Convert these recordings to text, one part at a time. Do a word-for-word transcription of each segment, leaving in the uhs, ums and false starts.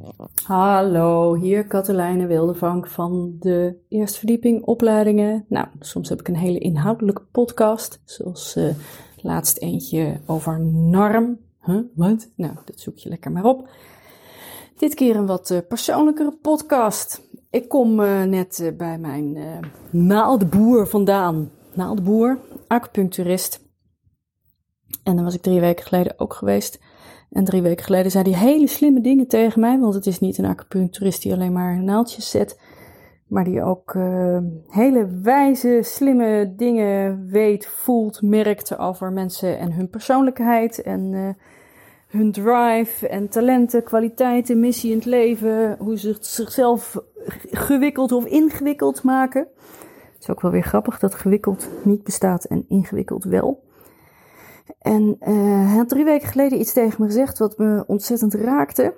Hallo, hier Katelijne Wildevank van de Eerste Verdieping Opleidingen. Nou, soms heb ik een hele inhoudelijke podcast, zoals uh, laatst eentje over Narm. Huh, wat? Nou, dat zoek je lekker maar op. Dit keer een wat uh, persoonlijkere podcast. Ik kom uh, net uh, bij mijn uh, naaldenboer vandaan. Naaldenboer, acupuncturist. En dan was ik drie weken geleden ook geweest. En drie weken geleden zei hij hele slimme dingen tegen mij. Want het is niet een acupuncturist die alleen maar naaltjes zet. Maar die ook uh, hele wijze, slimme dingen weet, voelt, merkt over mensen en hun persoonlijkheid. En uh, hun drive en talenten, kwaliteiten, missie in het leven. Hoe ze zichzelf gewikkeld of ingewikkeld maken. Het is ook wel weer grappig dat gewikkeld niet bestaat en ingewikkeld wel. En uh, hij had drie weken geleden iets tegen me gezegd wat me ontzettend raakte.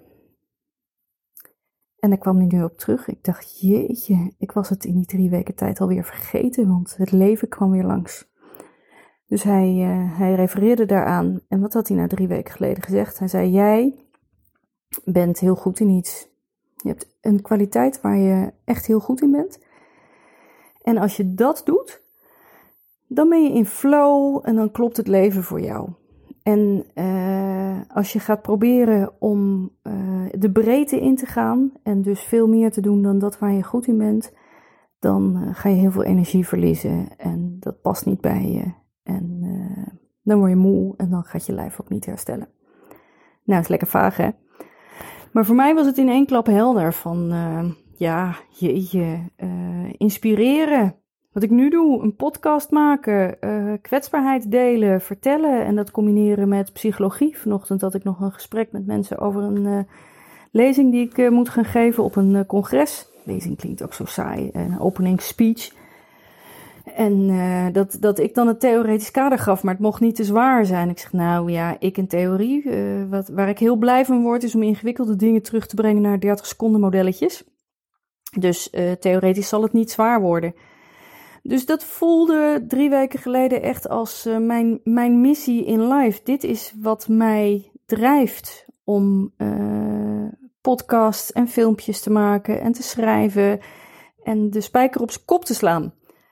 En daar kwam hij nu op terug. Ik dacht, jeetje, ik was het in die drie weken tijd alweer vergeten, want het leven kwam weer langs. Dus hij, uh, hij refereerde daaraan. En wat had hij nou drie weken geleden gezegd? Hij zei, jij bent heel goed in iets. Je hebt een kwaliteit waar je echt heel goed in bent. En als je dat doet, dan ben je in flow en dan klopt het leven voor jou. En uh, als je gaat proberen om uh, de breedte in te gaan en dus veel meer te doen dan dat waar je goed in bent, dan uh, ga je heel veel energie verliezen en dat past niet bij je. En uh, dan word je moe en dan gaat je lijf ook niet herstellen. Nou, is lekker vaag, hè? Maar voor mij was het in één klap helder van, uh, ja, jeetje, uh, inspireren. Wat ik nu doe, een podcast maken, uh, kwetsbaarheid delen, vertellen en dat combineren met psychologie. Vanochtend had ik nog een gesprek met mensen over een uh, lezing die ik uh, moet gaan geven op een uh, congres. Lezing klinkt ook zo saai, een opening speech. En uh, dat, dat ik dan het theoretisch kader gaf, maar het mocht niet te zwaar zijn. Ik zeg, nou ja, ik in theorie, uh, wat, waar ik heel blij van word, is om ingewikkelde dingen terug te brengen naar dertig seconden modelletjes. Dus uh, theoretisch zal het niet zwaar worden. Dus dat voelde drie weken geleden echt als uh, mijn, mijn missie in life. Dit is wat mij drijft om uh, podcasts en filmpjes te maken en te schrijven en de spijker op zijn kop te slaan.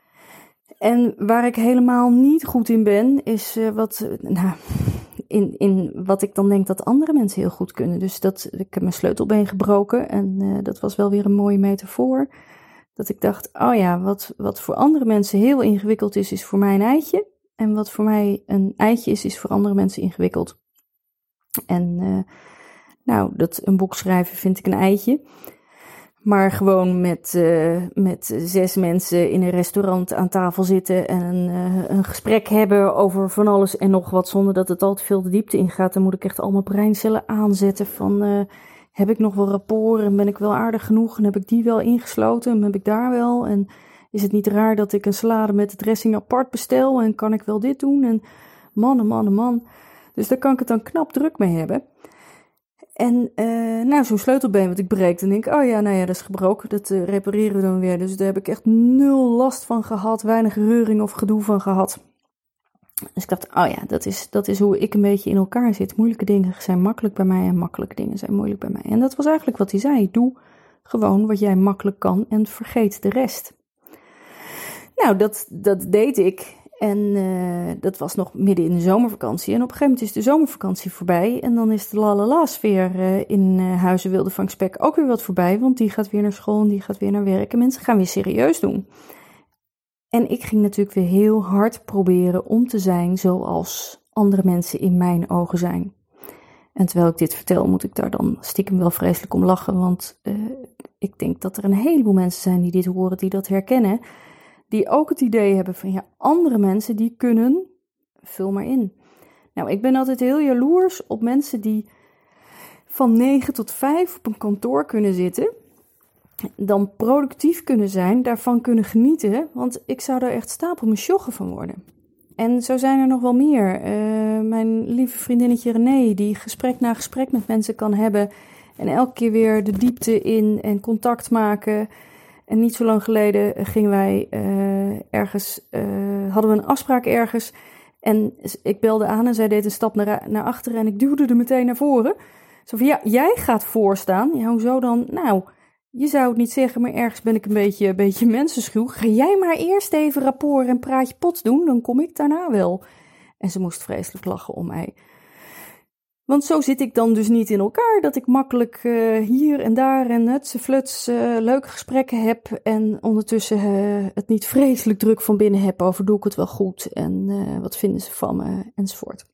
En waar ik helemaal niet goed in ben, is uh, wat, uh, nou, in, in wat ik dan denk dat andere mensen heel goed kunnen. Dus dat, ik heb mijn sleutelbeen gebroken en uh, dat was wel weer een mooie metafoor. Dat ik dacht, oh ja, wat, wat voor andere mensen heel ingewikkeld is, is voor mij een eitje. En wat voor mij een eitje is, is voor andere mensen ingewikkeld. En uh, nou, dat een boek schrijven vind ik een eitje. Maar gewoon met, uh, met zes mensen in een restaurant aan tafel zitten en een, uh, een gesprek hebben over van alles en nog wat, zonder dat het al te veel de diepte ingaat. Dan moet ik echt allemaal breincellen aanzetten van, uh, heb ik nog wel rapport en ben ik wel aardig genoeg en heb ik die wel ingesloten en heb ik daar wel. En is het niet raar dat ik een salade met de dressing apart bestel en kan ik wel dit doen? En man, man, man. Dus daar kan ik het dan knap druk mee hebben. En uh, nou, zo'n sleutelbeen wat ik breek, dan denk ik, oh ja, nou ja, dat is gebroken, dat uh, repareren we dan weer. Dus daar heb ik echt nul last van gehad, weinig reuring of gedoe van gehad. Dus ik dacht, oh ja, dat is, dat is hoe ik een beetje in elkaar zit. Moeilijke dingen zijn makkelijk bij mij en makkelijke dingen zijn moeilijk bij mij. En dat was eigenlijk wat hij zei, doe gewoon wat jij makkelijk kan en vergeet de rest. Nou, dat, dat deed ik. En uh, dat was nog midden in de zomervakantie. En op een gegeven moment is de zomervakantie voorbij. En dan is de lalala-sfeer uh, in uh, Huizen Wildevankspek ook weer wat voorbij. Want die gaat weer naar school en die gaat weer naar werk. En mensen gaan weer serieus doen. En ik ging natuurlijk weer heel hard proberen om te zijn zoals andere mensen in mijn ogen zijn. En terwijl ik dit vertel, moet ik daar dan stiekem wel vreselijk om lachen. Want uh, ik denk dat er een heleboel mensen zijn die dit horen, die dat herkennen. Die ook het idee hebben van, ja, andere mensen die kunnen, vul maar in. Nou, ik ben altijd heel jaloers op mensen die van negen tot vijf op een kantoor kunnen zitten. Dan productief kunnen zijn, daarvan kunnen genieten. Want ik zou daar echt stapel mijn sjoggen van worden. En zo zijn er nog wel meer. Uh, mijn lieve vriendinnetje René, die gesprek na gesprek met mensen kan hebben. En elke keer weer de diepte in en contact maken. En niet zo lang geleden gingen wij uh, ergens, uh, hadden we een afspraak ergens. En ik belde aan en zij deed een stap naar, naar achteren en ik duwde er meteen naar voren. Zo van, ja, jij gaat voorstaan. Ja, hoezo dan? Nou, je zou het niet zeggen, maar ergens ben ik een beetje, een beetje mensenschuw. Ga jij maar eerst even rapport en praatje pot doen, dan kom ik daarna wel. En ze moest vreselijk lachen om mij. Want zo zit ik dan dus niet in elkaar, dat ik makkelijk uh, hier en daar en huts, fluts uh, leuke gesprekken heb en ondertussen uh, het niet vreselijk druk van binnen heb over doe ik het wel goed en uh, wat vinden ze van me enzovoort.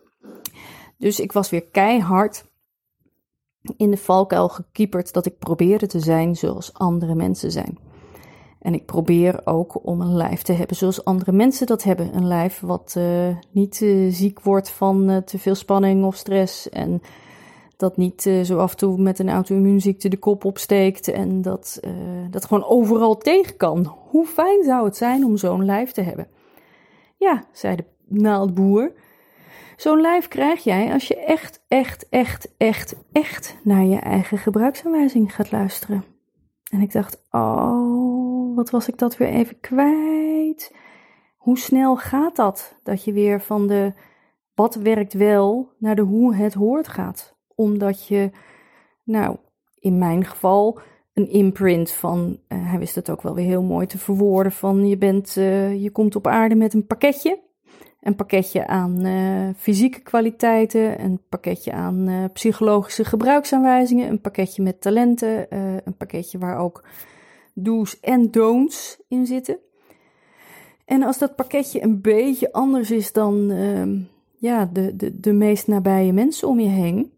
Dus ik was weer keihard in de valkuil gekieperd dat ik probeerde te zijn zoals andere mensen zijn. En ik probeer ook om een lijf te hebben zoals andere mensen dat hebben. Een lijf wat uh, niet uh, ziek wordt van uh, te veel spanning of stress. En dat niet uh, zo af en toe met een auto-immuunziekte de kop opsteekt. En dat, uh, dat gewoon overal tegen kan. Hoe fijn zou het zijn om zo'n lijf te hebben? Ja, zei de naaldboer. Zo'n lijf krijg jij als je echt, echt, echt, echt, echt naar je eigen gebruiksaanwijzing gaat luisteren. En ik dacht, oh, wat was ik dat weer even kwijt. Hoe snel gaat dat? Dat je weer van de wat werkt wel naar de hoe het hoort gaat. Omdat je, nou, in mijn geval een imprint van, uh, hij wist het ook wel weer heel mooi te verwoorden, van je bent, uh, je komt op aarde met een pakketje. Een pakketje aan uh, fysieke kwaliteiten, een pakketje aan uh, psychologische gebruiksaanwijzingen, een pakketje met talenten, uh, een pakketje waar ook do's en don'ts in zitten. En als dat pakketje een beetje anders is dan uh, ja, de, de, de meest nabije mensen om je heen,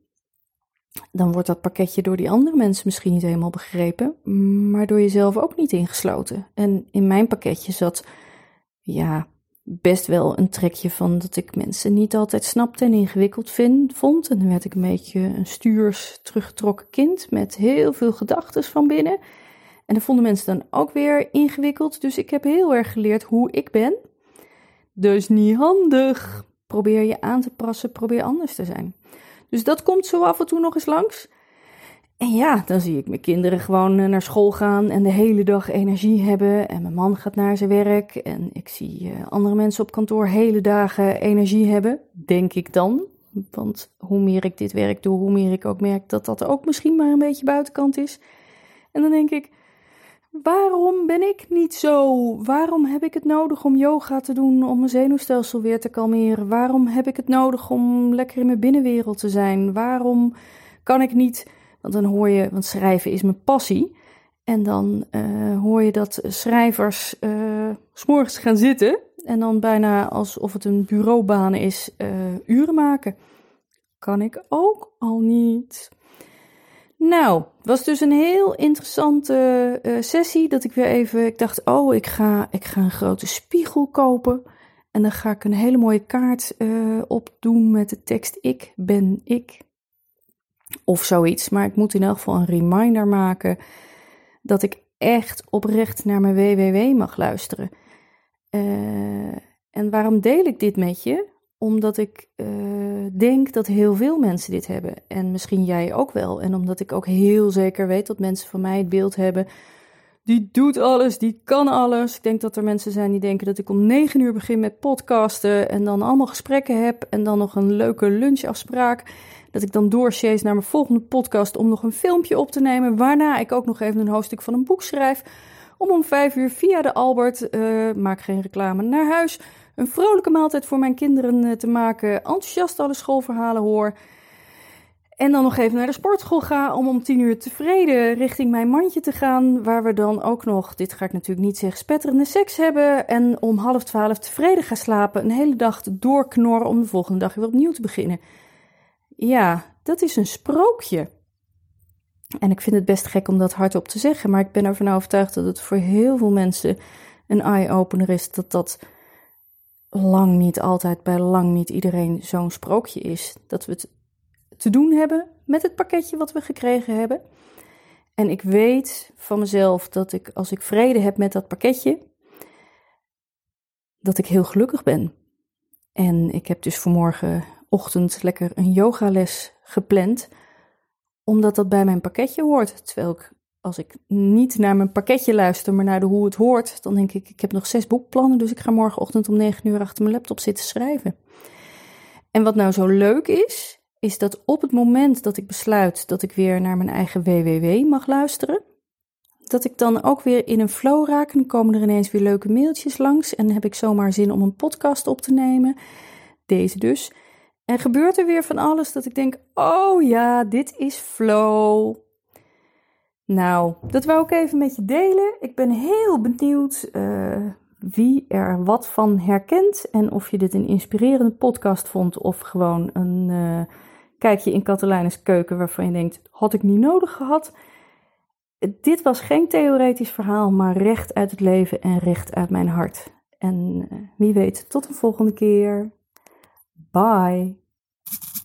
dan wordt dat pakketje door die andere mensen misschien niet helemaal begrepen, maar door jezelf ook niet ingesloten. En in mijn pakketje zat, ja, best wel een trekje van dat ik mensen niet altijd snapte en ingewikkeld vind, vond. En dan werd ik een beetje een stuurs, teruggetrokken kind met heel veel gedachten van binnen. En dat vonden mensen dan ook weer ingewikkeld. Dus ik heb heel erg geleerd hoe ik ben. Dus niet handig. Probeer je aan te passen, probeer anders te zijn. Dus dat komt zo af en toe nog eens langs. En ja, dan zie ik mijn kinderen gewoon naar school gaan en de hele dag energie hebben. En mijn man gaat naar zijn werk. En ik zie andere mensen op kantoor hele dagen energie hebben, denk ik dan. Want hoe meer ik dit werk doe, hoe meer ik ook merk dat dat ook misschien maar een beetje buitenkant is. En dan denk ik, waarom ben ik niet zo? Waarom heb ik het nodig om yoga te doen, om mijn zenuwstelsel weer te kalmeren? Waarom heb ik het nodig om lekker in mijn binnenwereld te zijn? Waarom kan ik niet... Want dan hoor je, want schrijven is mijn passie. En dan uh, hoor je dat schrijvers uh, 's morgens gaan zitten. En dan bijna alsof het een bureaubaan is, uh, uren maken. Kan ik ook al niet. Nou, het was dus een heel interessante uh, sessie. Dat ik weer even, ik dacht, oh, ik ga, ik ga een grote spiegel kopen. En dan ga ik een hele mooie kaart uh, opdoen met de tekst ik ben ik. Of zoiets, maar ik moet in elk geval een reminder maken dat ik echt oprecht naar mijn W W W mag luisteren. Uh, en waarom deel ik dit met je? Omdat ik uh, denk dat heel veel mensen dit hebben. En misschien jij ook wel. En omdat ik ook heel zeker weet dat mensen van mij het beeld hebben, die doet alles, die kan alles. Ik denk dat er mensen zijn die denken dat ik om negen uur begin met podcasten en dan allemaal gesprekken heb en dan nog een leuke lunchafspraak. Dat ik dan doorchaise naar mijn volgende podcast om nog een filmpje op te nemen. Waarna ik ook nog even een hoofdstuk van een boek schrijf. Om om vijf uur via de Albert, uh, maak geen reclame, naar huis. Een vrolijke maaltijd voor mijn kinderen uh, te maken. Enthousiast alle schoolverhalen hoor. En dan nog even naar de sportschool ga om om tien uur tevreden richting mijn mandje te gaan. Waar we dan ook nog, dit ga ik natuurlijk niet zeggen, spetterende seks hebben. En om half twaalf tevreden gaan slapen. Een hele dag doorknorren om de volgende dag weer opnieuw te beginnen. Ja, dat is een sprookje. En ik vind het best gek om dat hardop te zeggen, maar ik ben ervan overtuigd dat het voor heel veel mensen een eye-opener is, dat dat lang niet altijd, bij lang niet iedereen zo'n sprookje is. Dat we het te doen hebben met het pakketje wat we gekregen hebben. En ik weet van mezelf dat ik, als ik vrede heb met dat pakketje, dat ik heel gelukkig ben. En ik heb dus vanmorgen ochtend lekker een yogales gepland, omdat dat bij mijn pakketje hoort. Terwijl ik, als ik niet naar mijn pakketje luister, maar naar de hoe het hoort, dan denk ik, ik heb nog zes boekplannen, dus ik ga morgenochtend om negen uur achter mijn laptop zitten schrijven. En wat nou zo leuk is, is dat op het moment dat ik besluit dat ik weer naar mijn eigen W W W mag luisteren, dat ik dan ook weer in een flow raak en dan komen er ineens weer leuke mailtjes langs en dan heb ik zomaar zin om een podcast op te nemen, deze dus. En gebeurt er weer van alles dat ik denk, oh ja, dit is flow. Nou, dat wou ik even met je delen. Ik ben heel benieuwd uh, wie er wat van herkent en of je dit een inspirerende podcast vond of gewoon een uh, kijkje in Katelijne's keuken waarvan je denkt, had ik niet nodig gehad. Dit was geen theoretisch verhaal, maar recht uit het leven en recht uit mijn hart. En uh, wie weet, tot de volgende keer. Bye.